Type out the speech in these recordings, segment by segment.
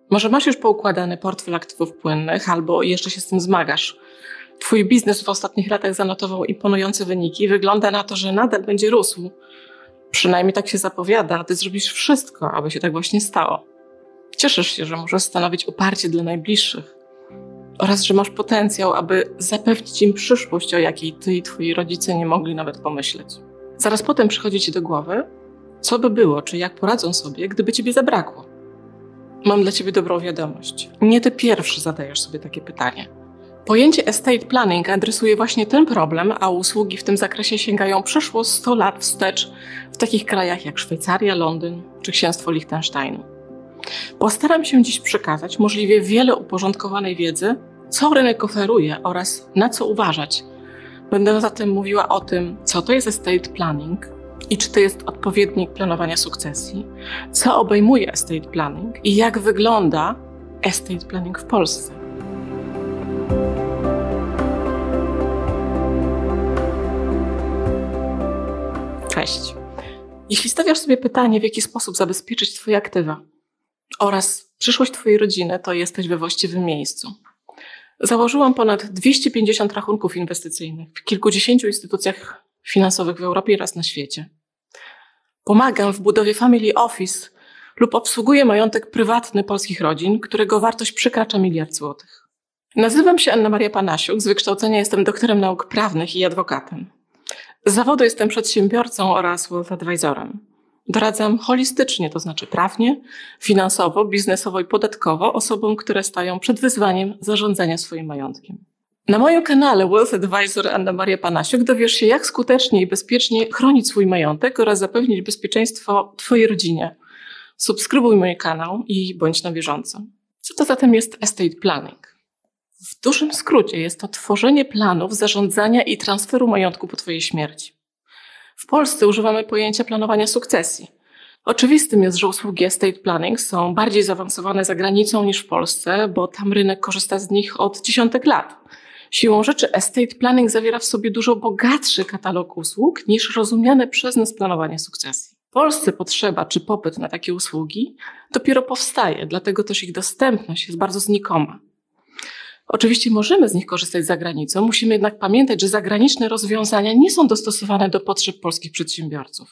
Może masz już poukładany portfel aktywów płynnych albo jeszcze się z tym zmagasz. Twój biznes w ostatnich latach zanotował imponujące wyniki. Wygląda na to, że nadal będzie rósł. Przynajmniej tak się zapowiada, a ty zrobisz wszystko, aby się tak właśnie stało. Cieszysz się, że możesz stanowić oparcie dla najbliższych oraz że masz potencjał, aby zapewnić im przyszłość, o jakiej ty i twoi rodzice nie mogli nawet pomyśleć. Zaraz potem przychodzi ci do głowy, co by było, czy jak poradzą sobie, gdyby ciebie zabrakło. Mam dla ciebie dobrą wiadomość. Nie ty pierwszy zadajesz sobie takie pytanie. Pojęcie estate planning adresuje właśnie ten problem, a usługi w tym zakresie sięgają przeszło 100 lat wstecz w takich krajach jak Szwajcaria, Londyn czy Księstwo Liechtensteinu. Postaram się dziś przekazać możliwie wiele uporządkowanej wiedzy, co rynek oferuje oraz na co uważać. Będę zatem mówiła o tym, co to jest estate planning i czy to jest odpowiednik planowania sukcesji, co obejmuje estate planning i jak wygląda estate planning w Polsce. Cześć. Jeśli stawiasz sobie pytanie, w jaki sposób zabezpieczyć twoje aktywa oraz przyszłość twojej rodziny, to jesteś we właściwym miejscu. Założyłam ponad 250 rachunków inwestycyjnych w kilkudziesięciu instytucjach finansowych w Europie oraz na świecie. Pomagam w budowie family office lub obsługuję majątek prywatny polskich rodzin, którego wartość przekracza 1 miliard złotych. Nazywam się Anna Maria Panasiuk, z wykształcenia jestem doktorem nauk prawnych i adwokatem. Z zawodu jestem przedsiębiorcą oraz wealth advisorem. Doradzam holistycznie, to znaczy prawnie, finansowo, biznesowo i podatkowo osobom, które stają przed wyzwaniem zarządzania swoim majątkiem. Na moim kanale Wealth Advisor Anna Maria Panasiuk dowiesz się, jak skutecznie i bezpiecznie chronić swój majątek oraz zapewnić bezpieczeństwo twojej rodzinie. Subskrybuj mój kanał i bądź na bieżąco. Co to zatem jest estate planning? W dużym skrócie jest to tworzenie planów zarządzania i transferu majątku po twojej śmierci. W Polsce używamy pojęcia planowania sukcesji. Oczywistym jest, że usługi estate planning są bardziej zaawansowane za granicą niż w Polsce, bo tam rynek korzysta z nich od dziesiątek lat. Siłą rzeczy estate planning zawiera w sobie dużo bogatszy katalog usług niż rozumiane przez nas planowanie sukcesji. W Polsce potrzeba czy popyt na takie usługi dopiero powstaje, dlatego też ich dostępność jest bardzo znikoma. Oczywiście możemy z nich korzystać za granicą, musimy jednak pamiętać, że zagraniczne rozwiązania nie są dostosowane do potrzeb polskich przedsiębiorców.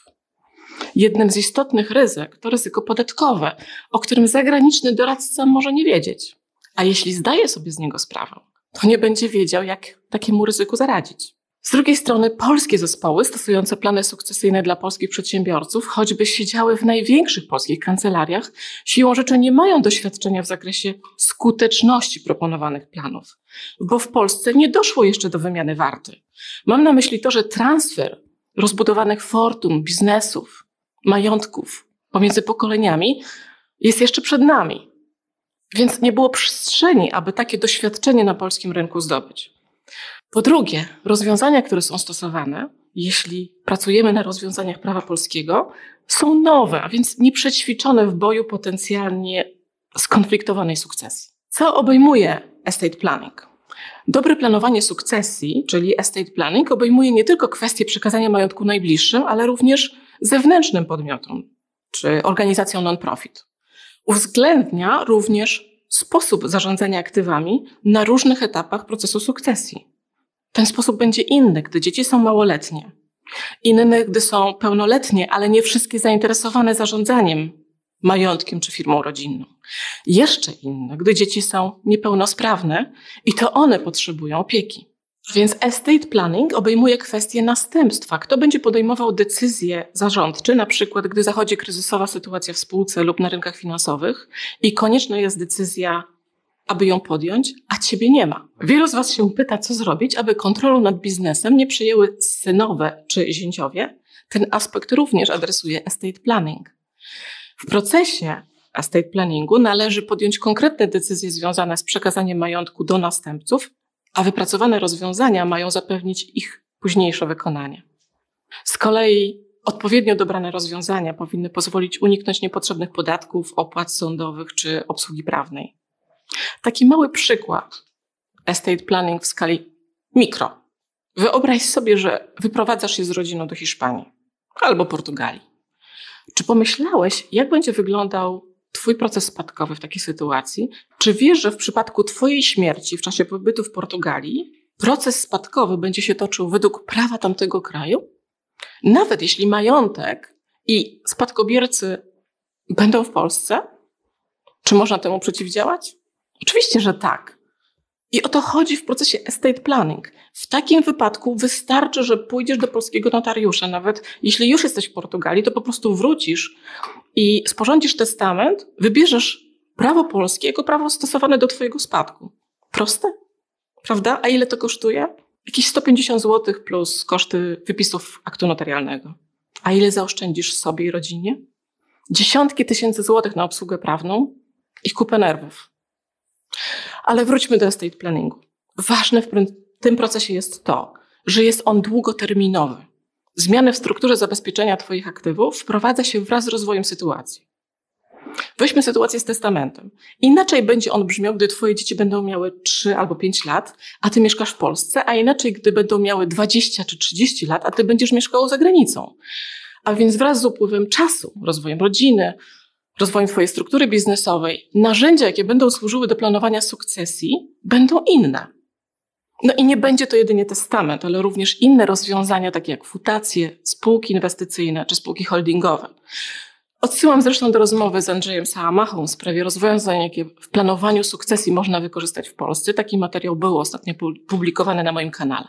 Jednym z istotnych ryzyk to ryzyko podatkowe, o którym zagraniczny doradca może nie wiedzieć. A jeśli zdaje sobie z niego sprawę, to nie będzie wiedział, jak takiemu ryzyku zaradzić. Z drugiej strony polskie zespoły stosujące plany sukcesyjne dla polskich przedsiębiorców, choćby siedziały w największych polskich kancelariach, siłą rzeczy nie mają doświadczenia w zakresie skuteczności proponowanych planów, bo w Polsce nie doszło jeszcze do wymiany warty. Mam na myśli to, że transfer rozbudowanych fortun, biznesów, majątków pomiędzy pokoleniami jest jeszcze przed nami. Więc nie było przestrzeni, aby takie doświadczenie na polskim rynku zdobyć. Po drugie, rozwiązania, które są stosowane, jeśli pracujemy na rozwiązaniach prawa polskiego, są nowe, a więc nieprzećwiczone w boju potencjalnie skonfliktowanej sukcesji. Co obejmuje estate planning? Dobre planowanie sukcesji, czyli estate planning, obejmuje nie tylko kwestię przekazania majątku najbliższym, ale również zewnętrznym podmiotom czy organizacjom non-profit. Uwzględnia również sposób zarządzania aktywami na różnych etapach procesu sukcesji. Ten sposób będzie inny, gdy dzieci są małoletnie. Inny, gdy są pełnoletnie, ale nie wszystkie zainteresowane zarządzaniem majątkiem czy firmą rodzinną. Jeszcze inny, gdy dzieci są niepełnosprawne i to one potrzebują opieki. Więc estate planning obejmuje kwestię następstwa. Kto będzie podejmował decyzje zarządcze, na przykład gdy zachodzi kryzysowa sytuacja w spółce lub na rynkach finansowych i konieczna jest decyzja, aby ją podjąć, a ciebie nie ma. Wielu z was się pyta, co zrobić, aby kontrolą nad biznesem nie przejęły synowe czy zięciowie. Ten aspekt również adresuje estate planning. W procesie estate planningu należy podjąć konkretne decyzje związane z przekazaniem majątku do następców, a wypracowane rozwiązania mają zapewnić ich późniejsze wykonanie. Z kolei odpowiednio dobrane rozwiązania powinny pozwolić uniknąć niepotrzebnych podatków, opłat sądowych czy obsługi prawnej. Taki mały przykład estate planning w skali mikro. Wyobraź sobie, że wyprowadzasz się z rodziną do Hiszpanii albo Portugalii. Czy pomyślałeś, jak będzie wyglądał twój proces spadkowy w takiej sytuacji? Czy wiesz, że w przypadku twojej śmierci w czasie pobytu w Portugalii proces spadkowy będzie się toczył według prawa tamtego kraju? Nawet jeśli majątek i spadkobiercy będą w Polsce? Czy można temu przeciwdziałać? Oczywiście, że tak. I o to chodzi w procesie estate planning. W takim wypadku wystarczy, że pójdziesz do polskiego notariusza. Nawet jeśli już jesteś w Portugalii, to po prostu wrócisz i sporządzisz testament, wybierzesz prawo polskie jako prawo stosowane do twojego spadku. Proste? Prawda? A ile to kosztuje? Jakieś 150 zł plus koszty wypisów aktu notarialnego. A ile zaoszczędzisz sobie i rodzinie? Dziesiątki tysięcy złotych na obsługę prawną i kupę nerwów. Ale wróćmy do estate planningu. Ważne w tym procesie jest to, że jest on długoterminowy. Zmiany w strukturze zabezpieczenia twoich aktywów wprowadza się wraz z rozwojem sytuacji. Weźmy sytuację z testamentem. Inaczej będzie on brzmiał, gdy twoje dzieci będą miały 3 albo 5 lat, a ty mieszkasz w Polsce, a inaczej, gdy będą miały 20 czy 30 lat, a ty będziesz mieszkał za granicą. A więc wraz z upływem czasu, rozwojem rodziny, rozwojem twojej struktury biznesowej, narzędzia, jakie będą służyły do planowania sukcesji, będą inne. No i nie będzie to jedynie testament, ale również inne rozwiązania, takie jak fundacje, spółki inwestycyjne czy spółki holdingowe. Odsyłam zresztą do rozmowy z Andrzejem Sałamachą w sprawie rozwiązań, jakie w planowaniu sukcesji można wykorzystać w Polsce. Taki materiał był ostatnio publikowany na moim kanale.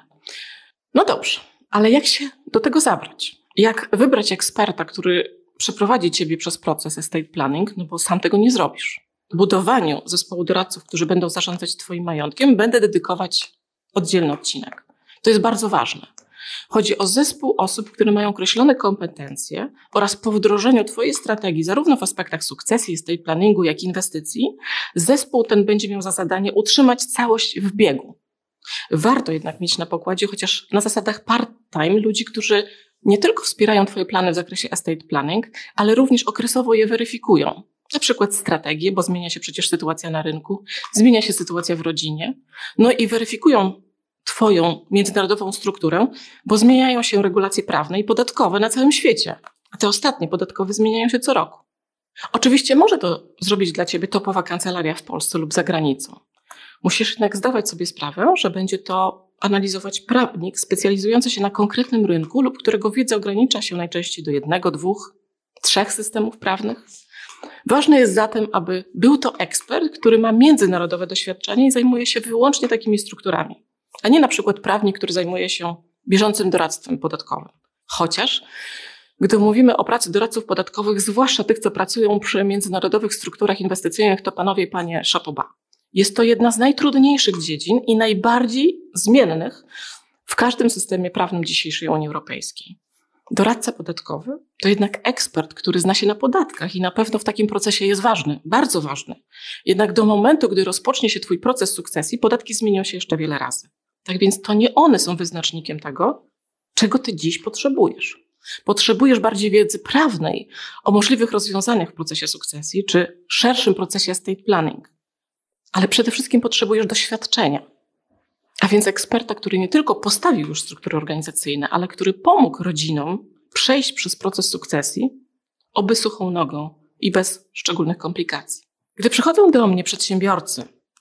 No dobrze, ale jak się do tego zabrać? Jak wybrać eksperta, który przeprowadzi ciebie przez proces estate planning, no bo sam tego nie zrobisz. Budowaniu zespołu doradców, którzy będą zarządzać twoim majątkiem, będę dedykować oddzielny odcinek. To jest bardzo ważne. Chodzi o zespół osób, które mają określone kompetencje oraz po wdrożeniu twojej strategii, zarówno w aspektach sukcesji, estate planningu, jak i inwestycji, zespół ten będzie miał za zadanie utrzymać całość w biegu. Warto jednak mieć na pokładzie chociaż na zasadach part-time ludzi, którzy nie tylko wspierają twoje plany w zakresie estate planning, ale również okresowo je weryfikują. Na przykład strategie, bo zmienia się przecież sytuacja na rynku, zmienia się sytuacja w rodzinie, no i weryfikują twoją międzynarodową strukturę, bo zmieniają się regulacje prawne i podatkowe na całym świecie. A te ostatnie podatkowe zmieniają się co roku. Oczywiście może to zrobić dla ciebie topowa kancelaria w Polsce lub za granicą. Musisz jednak zdawać sobie sprawę, że będzie to analizować prawnik specjalizujący się na konkretnym rynku lub którego wiedza ogranicza się najczęściej do 1, 2, 3 systemów prawnych. Ważne jest zatem, aby był to ekspert, który ma międzynarodowe doświadczenie i zajmuje się wyłącznie takimi strukturami, a nie na przykład prawnik, który zajmuje się bieżącym doradztwem podatkowym. Chociaż, gdy mówimy o pracy doradców podatkowych, zwłaszcza tych, co pracują przy międzynarodowych strukturach inwestycyjnych, to panowie i panie chapeau bas. Jest to jedna z najtrudniejszych dziedzin i najbardziej zmiennych w każdym systemie prawnym dzisiejszej Unii Europejskiej. Doradca podatkowy to jednak ekspert, który zna się na podatkach i na pewno w takim procesie jest ważny, bardzo ważny. Jednak do momentu, gdy rozpocznie się twój proces sukcesji, podatki zmienią się jeszcze wiele razy. Tak więc to nie one są wyznacznikiem tego, czego ty dziś potrzebujesz. Potrzebujesz bardziej wiedzy prawnej o możliwych rozwiązaniach w procesie sukcesji czy szerszym procesie estate planning. Ale przede wszystkim potrzebujesz doświadczenia. A więc eksperta, który nie tylko postawił już struktury organizacyjne, ale który pomógł rodzinom przejść przez proces sukcesji oby suchą nogą i bez szczególnych komplikacji. Gdy przychodzą do mnie przedsiębiorcy,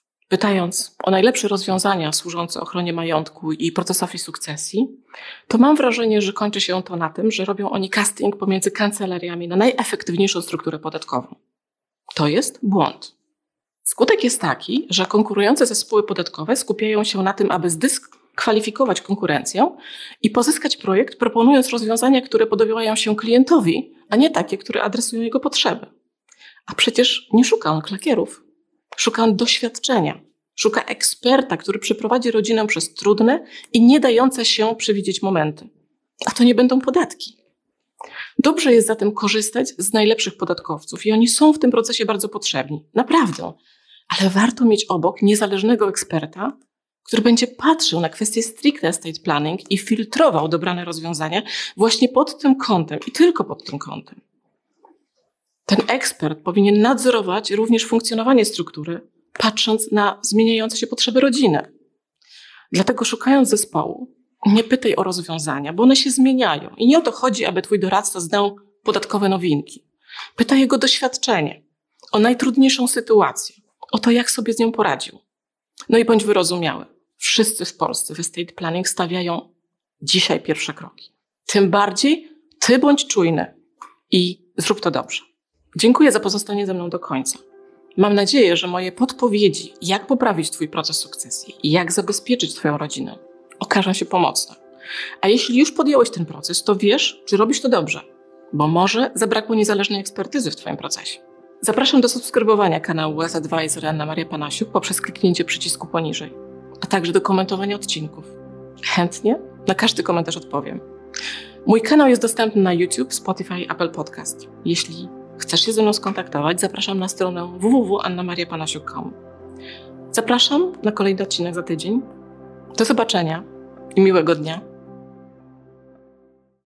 pytając o najlepsze rozwiązania służące ochronie majątku i procesowi sukcesji, to mam wrażenie, że kończy się to na tym, że robią oni casting pomiędzy kancelariami na najefektywniejszą strukturę podatkową. To jest błąd. Skutek jest taki, że konkurujące zespoły podatkowe skupiają się na tym, aby zdyskwalifikować konkurencję i pozyskać projekt, proponując rozwiązania, które podobają się klientowi, a nie takie, które adresują jego potrzeby. A przecież nie szuka on klakierów. Szuka on doświadczenia. Szuka eksperta, który przeprowadzi rodzinę przez trudne i nie dające się przewidzieć momenty. A to nie będą podatki. Dobrze jest zatem korzystać z najlepszych podatkowców i oni są w tym procesie bardzo potrzebni. Naprawdę. Ale warto mieć obok niezależnego eksperta, który będzie patrzył na kwestie stricte estate planning i filtrował dobrane rozwiązania właśnie pod tym kątem i tylko pod tym kątem. Ten ekspert powinien nadzorować również funkcjonowanie struktury, patrząc na zmieniające się potrzeby rodziny. Dlatego szukając zespołu, nie pytaj o rozwiązania, bo one się zmieniają. I nie o to chodzi, aby twój doradca znał podatkowe nowinki. Pytaj jego doświadczenie. o najtrudniejszą sytuację, o to, jak sobie z nią poradził. No i bądź wyrozumiały. Wszyscy w Polsce w estate planning stawiają dzisiaj pierwsze kroki. Tym bardziej ty bądź czujny i zrób to dobrze. Dziękuję za pozostanie ze mną do końca. Mam nadzieję, że moje podpowiedzi, jak poprawić twój proces sukcesji i jak zabezpieczyć twoją rodzinę, okażą się pomocne. A jeśli już podjąłeś ten proces, to wiesz, czy robisz to dobrze, bo może zabrakło niezależnej ekspertyzy w twoim procesie. Zapraszam do subskrybowania kanału Wealth Advisor Anna Maria Panasiuk poprzez kliknięcie przycisku poniżej, a także do komentowania odcinków. Chętnie na każdy komentarz odpowiem. Mój kanał jest dostępny na YouTube, Spotify, Apple Podcast. Jeśli chcesz się ze mną skontaktować, zapraszam na stronę www.annamariapanasiuk.com. Zapraszam na kolejny odcinek za tydzień. Do zobaczenia i miłego dnia.